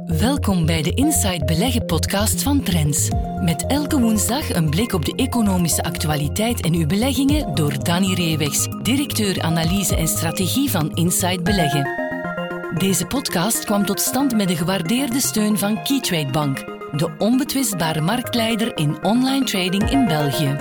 Welkom bij de Inside Beleggen podcast van Trends. Met elke woensdag een blik op de economische actualiteit en uw beleggingen door Danny Reewegs, directeur analyse en strategie van Inside Beleggen. Deze podcast kwam tot stand met de gewaardeerde steun van Keytrade Bank, de onbetwistbare marktleider in online trading in België.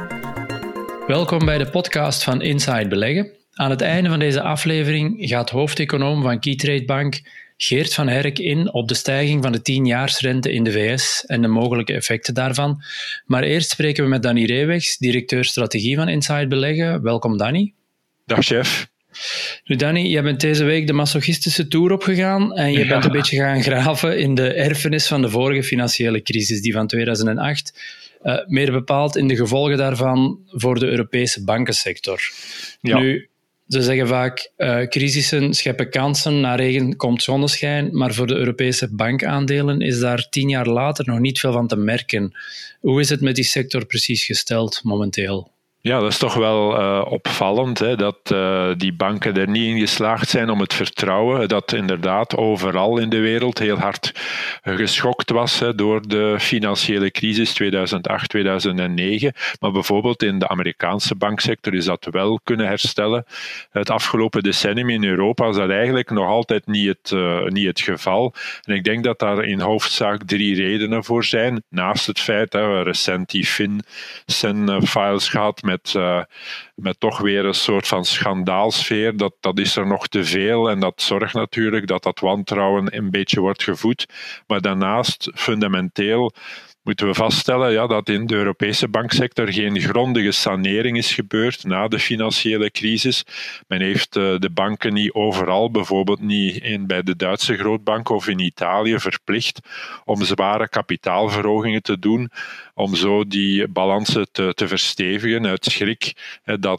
Welkom bij de podcast van Inside Beleggen. Aan het einde van deze aflevering gaat hoofdeconoom van Keytrade Bank Geert van Herk in op de stijging van de 10-jaarsrente in de VS en de mogelijke effecten daarvan. Maar eerst spreken we met Danny Reewegs, directeur strategie van Inside Beleggen. Welkom Danny. Dag chef. Nu Danny, jij bent deze week de masochistische tour opgegaan en je bent een beetje gaan graven in de erfenis van de vorige financiële crisis, die van 2008. Meer bepaald in de gevolgen daarvan voor de Europese bankensector. Ja. Nu, ze zeggen vaak, crisissen scheppen kansen, na regen komt zonneschijn, maar voor de Europese bankaandelen is daar 10 jaar later nog niet veel van te merken. Hoe is het met die sector precies gesteld momenteel? Ja, dat is toch wel opvallend, hè, dat die banken er niet in geslaagd zijn om het vertrouwen dat inderdaad overal in de wereld heel hard geschokt was door de financiële crisis 2008, 2009. Maar bijvoorbeeld in de Amerikaanse banksector is dat wel kunnen herstellen. Het afgelopen decennium in Europa is dat eigenlijk nog altijd niet het geval. En ik denk dat daar in hoofdzaak 3 redenen voor zijn. Naast het feit dat we recent die FinCEN-files gehad met toch weer een soort van schandaalsfeer. Dat is er nog te veel en dat zorgt natuurlijk dat wantrouwen een beetje wordt gevoed. Maar daarnaast, fundamenteel, moeten we vaststellen dat in de Europese banksector geen grondige sanering is gebeurd na de financiële crisis. Men heeft de banken niet overal, bijvoorbeeld niet bij de Duitse grootbanken of in Italië, verplicht om zware kapitaalverhogingen te doen, om zo die balansen te verstevigen uit schrik dat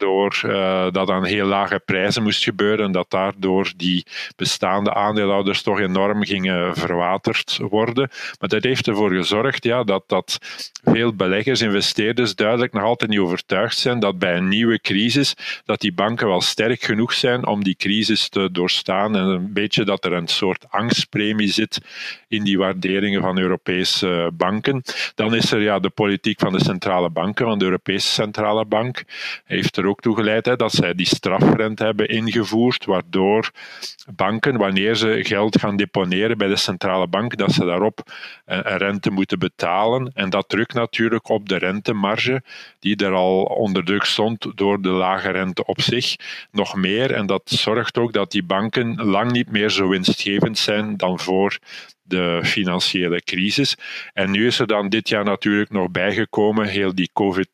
aan heel lage prijzen moest gebeuren en dat daardoor die bestaande aandeelhouders toch enorm gingen verwaterd worden. Maar dat heeft ervoor gezorgd dat veel beleggers, investeerders duidelijk nog altijd niet overtuigd zijn dat bij een nieuwe crisis dat die banken wel sterk genoeg zijn om die crisis te doorstaan en een beetje dat er een soort angstpremie zit in die waarderingen van Europese banken. Dan is er de politiek van de centrale banken, van de Europese Centrale Bank, heeft er ook toe geleid dat zij die strafrente hebben ingevoerd, waardoor banken, wanneer ze geld gaan deponeren bij de centrale bank, dat ze daarop een rente moeten betalen. En dat drukt natuurlijk op de rentemarge, die er al onder druk stond door de lage rente op zich, nog meer. En dat zorgt ook dat die banken lang niet meer zo winstgevend zijn dan voor de financiële crisis. En nu is er dan dit jaar natuurlijk nog bijgekomen, heel die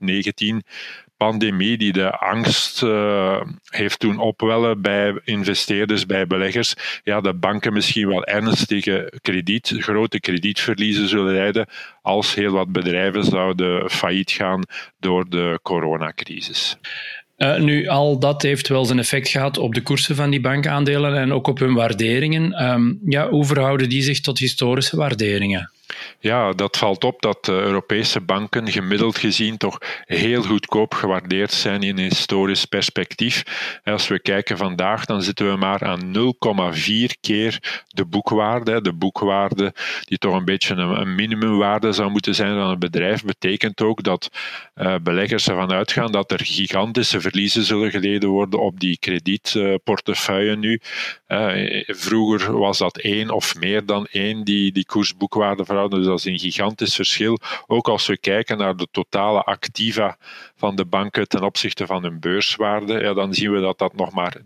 COVID-19-pandemie die de angst heeft doen opwellen bij investeerders, bij beleggers, dat banken misschien wel ernstige grote kredietverliezen zullen lijden als heel wat bedrijven zouden failliet gaan door de coronacrisis. Nu, al dat heeft wel zijn effect gehad op de koersen van die bankaandelen en ook op hun waarderingen. Hoe verhouden die zich tot historische waarderingen? Ja, dat valt op dat de Europese banken gemiddeld gezien toch heel goedkoop gewaardeerd zijn in historisch perspectief. Als we kijken vandaag, dan zitten we maar aan 0,4 keer de boekwaarde. De boekwaarde die toch een beetje een minimumwaarde zou moeten zijn van een bedrijf, betekent ook dat beleggers ervan uitgaan dat er gigantische verliezen zullen geleden worden op die kredietportefeuille nu. Vroeger was dat 1 of meer dan 1, die koersboekwaarde verhouden. Dus dat is een gigantisch verschil. Ook als we kijken naar de totale activa van de banken ten opzichte van hun beurswaarde, dan zien we dat nog maar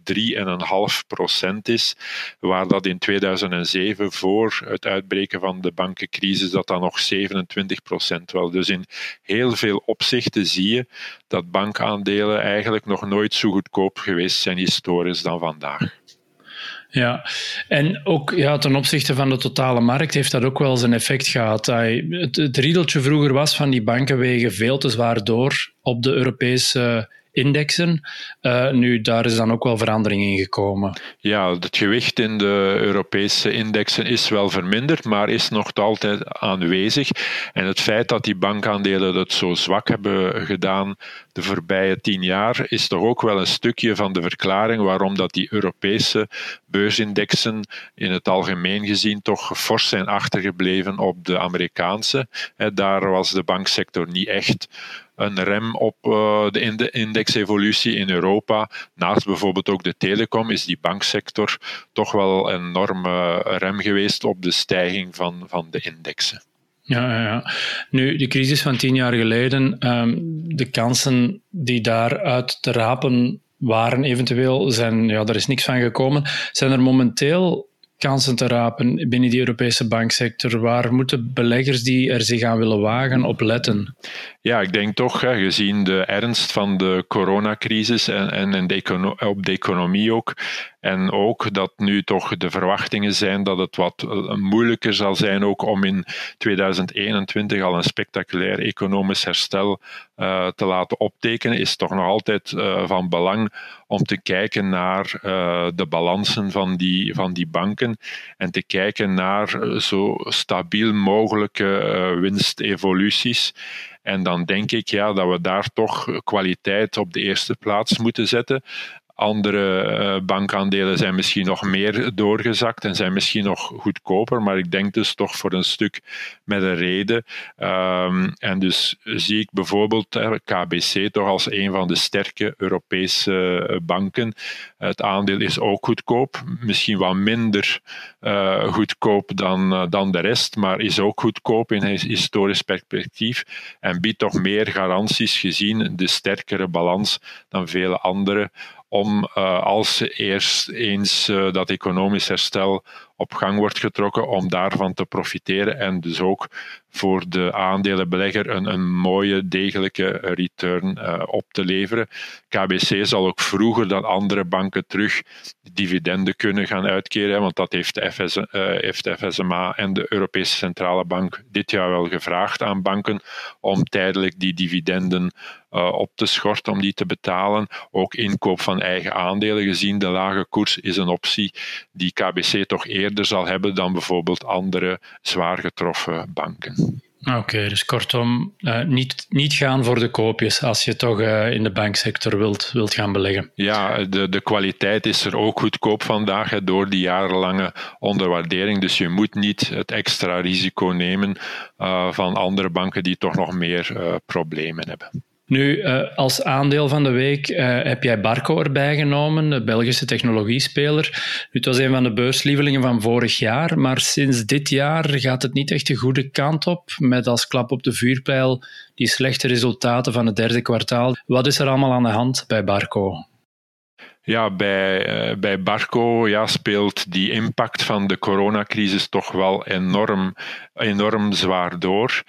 3,5% is, waar dat in 2007, voor het uitbreken van de bankencrisis, dat nog 27% was. Dus in heel veel opzichten zie je dat bankaandelen eigenlijk nog nooit zo goedkoop geweest zijn historisch dan vandaag. Ja, en ook ten opzichte van de totale markt heeft dat ook wel zijn effect gehad. Het riedeltje vroeger was van die banken wegen veel te zwaar door op de Europese indexen. Nu, daar is dan ook wel verandering in gekomen. Ja, het gewicht in de Europese indexen is wel verminderd, maar is nog altijd aanwezig. En het feit dat die bankaandelen het zo zwak hebben gedaan de voorbije 10 jaar, is toch ook wel een stukje van de verklaring waarom dat die Europese beursindexen in het algemeen gezien toch fors zijn achtergebleven op de Amerikaanse. Daar was de banksector niet echt een rem op de indexevolutie in Europa. Naast bijvoorbeeld ook de telecom is die banksector toch wel een enorme rem geweest op de stijging van de indexen. Ja. Nu, de crisis van 10 jaar geleden, de kansen die daaruit te rapen waren eventueel, daar is niks van gekomen. Zijn er momenteel kansen te rapen binnen die Europese banksector? Waar moeten beleggers die er zich aan willen wagen op letten? Ja, ik denk toch, gezien de ernst van de coronacrisis en op de economie ook, en ook dat nu toch de verwachtingen zijn dat het wat moeilijker zal zijn ook om in 2021 al een spectaculair economisch herstel te laten optekenen, is toch nog altijd van belang om te kijken naar de balansen van die banken en te kijken naar zo stabiel mogelijke winstevoluties. En dan denk ik dat we daar toch kwaliteit op de eerste plaats moeten zetten. Andere bankaandelen zijn misschien nog meer doorgezakt en zijn misschien nog goedkoper, maar ik denk dus toch voor een stuk met een reden. En dus zie ik bijvoorbeeld KBC toch als een van de sterke Europese banken. Het aandeel is ook goedkoop, misschien wat minder goedkoop dan de rest, maar is ook goedkoop in historisch perspectief en biedt toch meer garanties gezien de sterkere balans dan vele andere, om als eerst eens dat economisch herstel op gang wordt getrokken, om daarvan te profiteren en dus ook voor de aandelenbelegger een mooie, degelijke return op te leveren. KBC zal ook vroeger dan andere banken terug dividenden kunnen gaan uitkeren, want dat heeft de FSMA en de Europese Centrale Bank dit jaar wel gevraagd aan banken om tijdelijk die dividenden op te schorten, om die te betalen. Ook inkoop van eigen aandelen, gezien de lage koers, is een optie die KBC toch eerder zal hebben dan bijvoorbeeld andere zwaar getroffen banken. Oké, dus kortom, niet gaan voor de koopjes als je toch in de banksector wilt gaan beleggen. Ja, de kwaliteit is er ook goedkoop vandaag door die jarenlange onderwaardering. Dus je moet niet het extra risico nemen van andere banken die toch nog meer problemen hebben. Nu, als aandeel van de week heb jij Barco erbij genomen, de Belgische technologiespeler. Het was een van de beurslievelingen van vorig jaar, maar sinds dit jaar gaat het niet echt de goede kant op, met als klap op de vuurpijl die slechte resultaten van het derde kwartaal. Wat is er allemaal aan de hand bij Barco? Ja, bij Barco speelt die impact van de coronacrisis toch wel enorm zwaar door.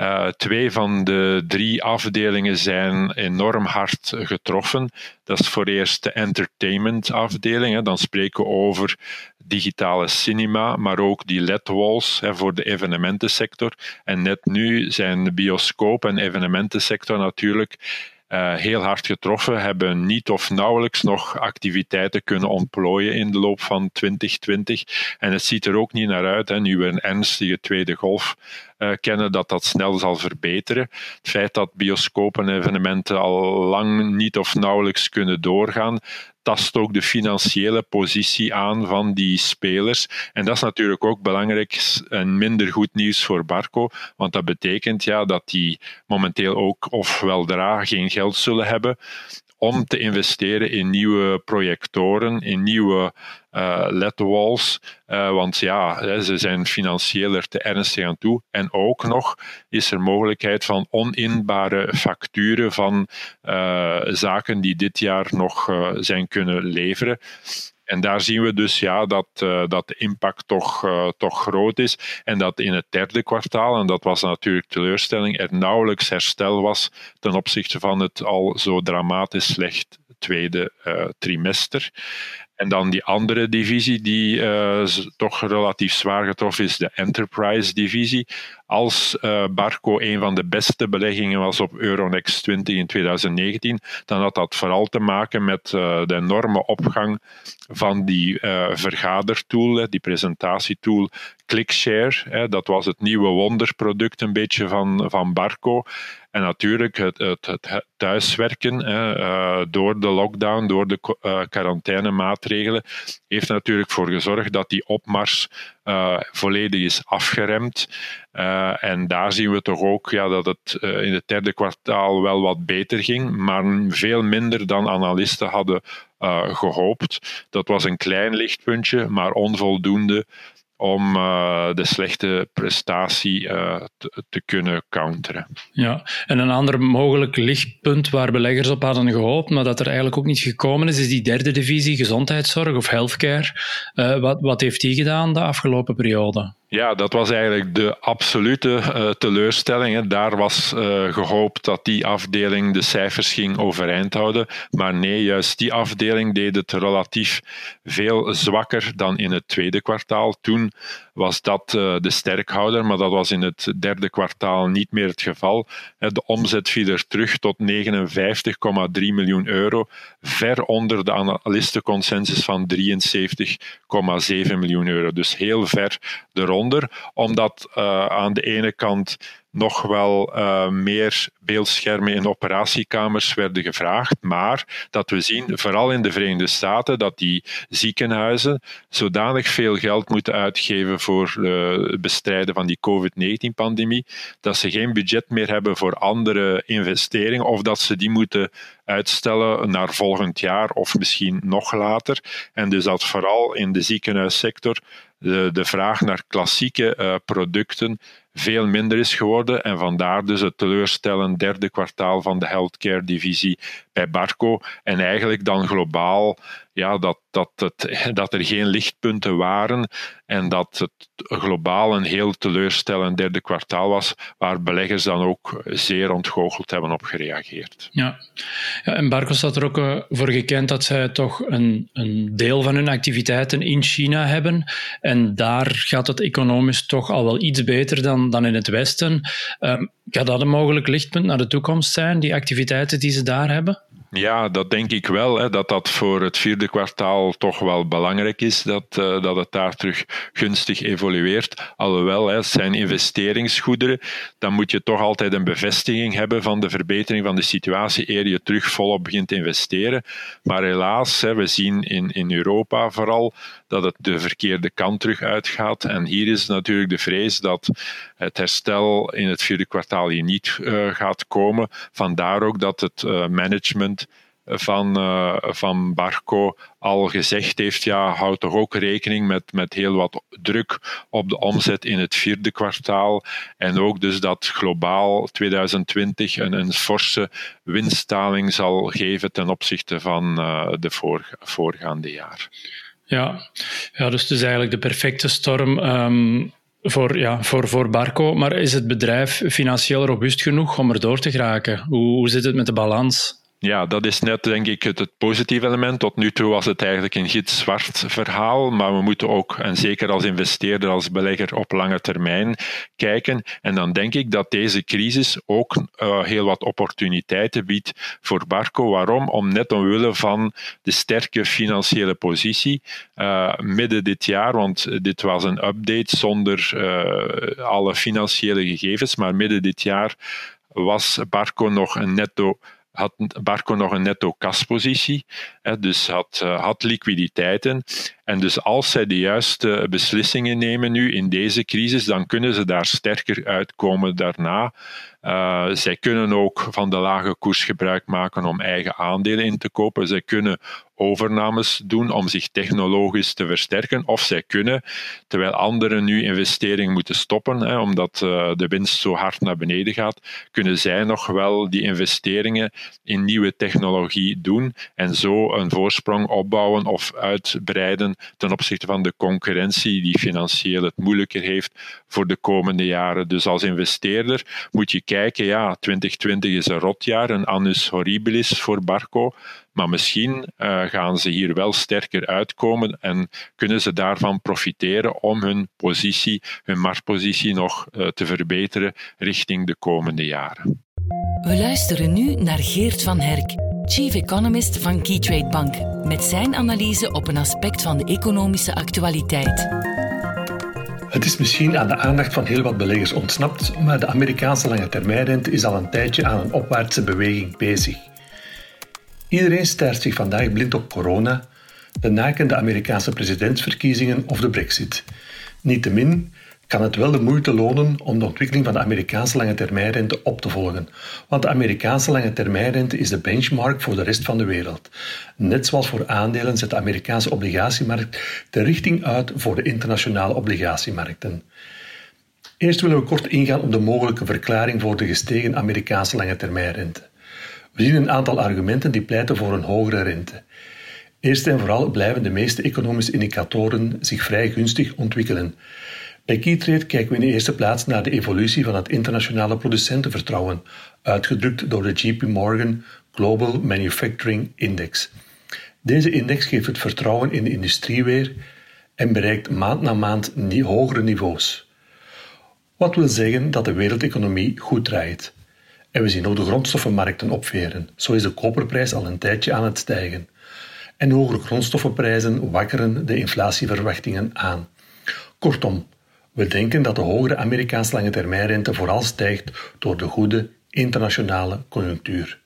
2 van de 3 afdelingen zijn enorm hard getroffen. Dat is voor eerst de entertainment afdeling. Dan spreken we over digitale cinema, maar ook die LED-walls voor de evenementensector. En net nu zijn de bioscoop- en evenementensector natuurlijk heel hard getroffen, hebben niet of nauwelijks nog activiteiten kunnen ontplooien in de loop van 2020. En het ziet er ook niet naar uit, nu we een ernstige tweede golf kennen, dat snel zal verbeteren. Het feit dat bioscopen en evenementen al lang niet of nauwelijks kunnen doorgaan, tast ook de financiële positie aan van die spelers. En dat is natuurlijk ook belangrijk en minder goed nieuws voor Barco, want dat betekent dat die momenteel ook of weldra geen geld zullen hebben om te investeren in nieuwe projectoren, in nieuwe LED-walls, want ze zijn financieel er te ernstig aan toe. En ook nog is er mogelijkheid van oninbare facturen van zaken die dit jaar nog zijn kunnen leveren. En daar zien we dus dat de impact toch groot is en dat in het derde kwartaal, en dat was natuurlijk teleurstelling, er nauwelijks herstel was ten opzichte van het al zo dramatisch slecht tweede trimester. En dan die andere divisie die toch relatief zwaar getroffen is, de enterprise-divisie. als Barco een van de beste beleggingen was op Euronext 20 in 2019, dan had dat vooral te maken met de enorme opgang van die vergadertool, die presentatietool ClickShare. Dat was het nieuwe wonderproduct een beetje van Barco. En natuurlijk het thuiswerken door de lockdown, door de quarantainemaatregelen, heeft natuurlijk voor gezorgd dat die opmars volledig is afgeremd. En daar zien we toch ook dat het in het derde kwartaal wel wat beter ging, maar veel minder dan analisten hadden gehoopt. Dat was een klein lichtpuntje, maar onvoldoende om de slechte prestatie te kunnen counteren. Ja, en een ander mogelijk lichtpunt waar beleggers op hadden gehoopt, maar dat er eigenlijk ook niet gekomen is die derde divisie, gezondheidszorg of healthcare. Wat heeft die gedaan de afgelopen periode? Ja, dat was eigenlijk de absolute teleurstelling. Daar was gehoopt dat die afdeling de cijfers ging overeind houden. Maar nee, juist die afdeling deed het relatief veel zwakker dan in het tweede kwartaal. Toen was dat de sterkhouder, maar dat was in het derde kwartaal niet meer het geval. De omzet viel er terug tot 59,3 miljoen euro, ver onder de analistenconsensus van 73,7 miljoen euro. Dus heel ver eronder, omdat aan de ene kant nog wel meer beeldschermen in operatiekamers werden gevraagd, maar dat we zien, vooral in de Verenigde Staten, dat die ziekenhuizen zodanig veel geld moeten uitgeven voor het bestrijden van die COVID-19-pandemie, dat ze geen budget meer hebben voor andere investeringen, of dat ze die moeten uitstellen naar volgend jaar of misschien nog later. En dus dat vooral in de ziekenhuissector de vraag naar klassieke producten veel minder is geworden en vandaar dus het teleurstellend derde kwartaal van de healthcare-divisie bij Barco en eigenlijk dan globaal dat er geen lichtpunten waren en dat het globaal een heel teleurstellend derde kwartaal was, waar beleggers dan ook zeer ontgoocheld hebben op gereageerd. Ja, en Barco staat er ook voor gekend dat zij toch een deel van hun activiteiten in China hebben en daar gaat het economisch toch al wel iets beter dan in het Westen. Gaat dat een mogelijk lichtpunt naar de toekomst zijn, die activiteiten die ze daar hebben? Ja, dat denk ik wel, dat voor het vierde kwartaal toch wel belangrijk is dat het daar terug gunstig evolueert. Alhoewel, het zijn investeringsgoederen, dan moet je toch altijd een bevestiging hebben van de verbetering van de situatie eer je terug volop begint te investeren. Maar helaas, we zien in Europa vooral dat het de verkeerde kant terug uitgaat. En hier is natuurlijk de vrees dat het herstel in het vierde kwartaal hier niet gaat komen. Vandaar ook dat het management van Barco al gezegd heeft, houd toch ook rekening met heel wat druk op de omzet in het vierde kwartaal. En ook dus dat globaal 2020 een forse winstdaling zal geven ten opzichte van de voorgaande jaar. Ja, dus het is eigenlijk de perfecte storm voor Barco. Maar is het bedrijf financieel robuust genoeg om erdoor te geraken? Hoe zit het met de balans? Ja, dat is net, denk ik, het positieve element. Tot nu toe was het eigenlijk een gitzwart verhaal, maar we moeten ook, en zeker als investeerder, als belegger, op lange termijn kijken. En dan denk ik dat deze crisis ook heel wat opportuniteiten biedt voor Barco. Waarom? Net omwille van de sterke financiële positie midden dit jaar, want dit was een update zonder alle financiële gegevens, maar midden dit jaar was Barco nog had Barco nog een netto-kaspositie, dus had liquiditeiten. En dus als zij de juiste beslissingen nemen nu in deze crisis, dan kunnen ze daar sterker uitkomen daarna. Zij kunnen ook van de lage koers gebruik maken om eigen aandelen in te kopen. Zij kunnen overnames doen om zich technologisch te versterken. Of zij kunnen, terwijl anderen nu investeringen moeten stoppen, omdat de winst zo hard naar beneden gaat, kunnen zij nog wel die investeringen in nieuwe technologie doen en zo een voorsprong opbouwen of uitbreiden ten opzichte van de concurrentie die financieel het moeilijker heeft voor de komende jaren. Dus als investeerder moet je kijken, 2020 is een rotjaar, een annus horribilis voor Barco, maar misschien gaan ze hier wel sterker uitkomen en kunnen ze daarvan profiteren om hun marktpositie nog te verbeteren richting de komende jaren. We luisteren nu naar Geert van Herk, Chief Economist van Keytrade Bank, met zijn analyse op een aspect van de economische actualiteit. Het is misschien aan de aandacht van heel wat beleggers ontsnapt, maar de Amerikaanse langetermijnrente is al een tijdje aan een opwaartse beweging bezig. Iedereen staart zich vandaag blind op corona, de nakende Amerikaanse presidentsverkiezingen of de Brexit. Niettemin kan het wel de moeite lonen om de ontwikkeling van de Amerikaanse langetermijnrente op te volgen, want de Amerikaanse langetermijnrente is de benchmark voor de rest van de wereld. Net zoals voor aandelen zet de Amerikaanse obligatiemarkt de richting uit voor de internationale obligatiemarkten. Eerst willen we kort ingaan op de mogelijke verklaring voor de gestegen Amerikaanse langetermijnrente. We zien een aantal argumenten die pleiten voor een hogere rente. Eerst en vooral blijven de meeste economische indicatoren zich vrij gunstig ontwikkelen. Bij Keytrade kijken we in de eerste plaats naar de evolutie van het internationale producentenvertrouwen, uitgedrukt door de JP Morgan Global Manufacturing Index. Deze index geeft het vertrouwen in de industrie weer en bereikt maand na maand hogere niveaus. Wat wil zeggen dat de wereldeconomie goed draait. En we zien ook de grondstoffenmarkten opveren. Zo is de koperprijs al een tijdje aan het stijgen. En hogere grondstoffenprijzen wakkeren de inflatieverwachtingen aan. Kortom, we denken dat de hogere Amerikaanse langetermijnrente vooral stijgt door de goede internationale conjunctuur.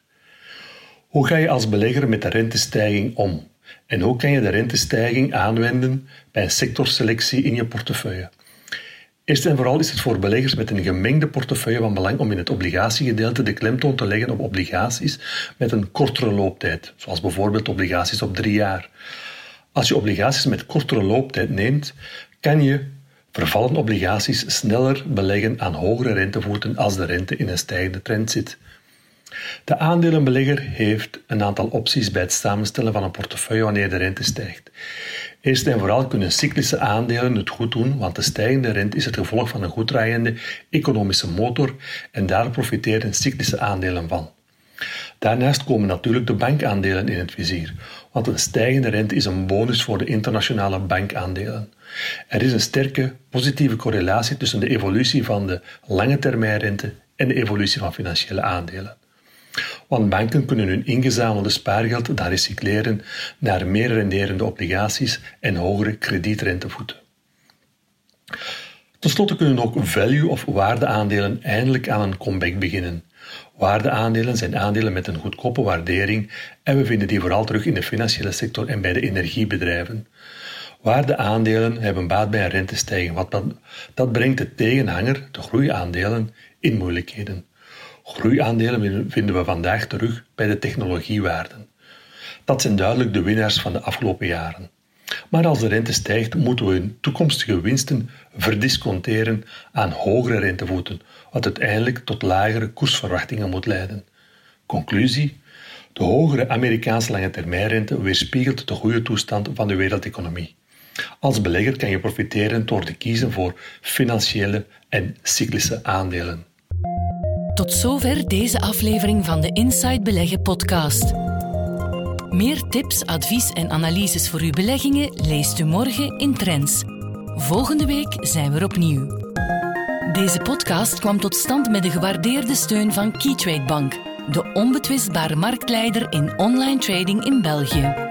Hoe ga je als belegger met de rentestijging om? En hoe kan je de rentestijging aanwenden bij een sectorselectie in je portefeuille? Eerst en vooral is het voor beleggers met een gemengde portefeuille van belang om in het obligatiegedeelte de klemtoon te leggen op obligaties met een kortere looptijd, zoals bijvoorbeeld obligaties op 3 jaar. Als je obligaties met kortere looptijd neemt, kan je vervallen obligaties sneller beleggen aan hogere rentevoeten als de rente in een stijgende trend zit. De aandelenbelegger heeft een aantal opties bij het samenstellen van een portefeuille wanneer de rente stijgt. Eerst en vooral kunnen cyclische aandelen het goed doen, want de stijgende rente is het gevolg van een goed draaiende economische motor en daar profiteren cyclische aandelen van. Daarnaast komen natuurlijk de bankaandelen in het vizier, want een stijgende rente is een bonus voor de internationale bankaandelen. Er is een sterke positieve correlatie tussen de evolutie van de lange termijnrente en de evolutie van financiële aandelen. Want banken kunnen hun ingezamelde spaargeld dan recycleren naar meer renderende obligaties en hogere kredietrentevoeten. Ten slotte kunnen ook value- of waardeaandelen eindelijk aan een comeback beginnen. Waardeaandelen zijn aandelen met een goedkope waardering en we vinden die vooral terug in de financiële sector en bij de energiebedrijven. Waardeaandelen hebben baat bij een rentestijging, want dat brengt de tegenhanger, de groeiaandelen, in moeilijkheden. Groeiaandelen vinden we vandaag terug bij de technologiewaarden. Dat zijn duidelijk de winnaars van de afgelopen jaren. Maar als de rente stijgt, moeten we hun toekomstige winsten verdisconteren aan hogere rentevoeten, wat uiteindelijk tot lagere koersverwachtingen moet leiden. Conclusie: de hogere Amerikaanse langetermijnrente weerspiegelt de goede toestand van de wereldeconomie. Als belegger kan je profiteren door te kiezen voor financiële en cyclische aandelen. Tot zover deze aflevering van de Inside Beleggen podcast. Meer tips, advies en analyses voor uw beleggingen leest u morgen in Trends. Volgende week zijn we er opnieuw. Deze podcast kwam tot stand met de gewaardeerde steun van Keytrade Bank, de onbetwistbare marktleider in online trading in België.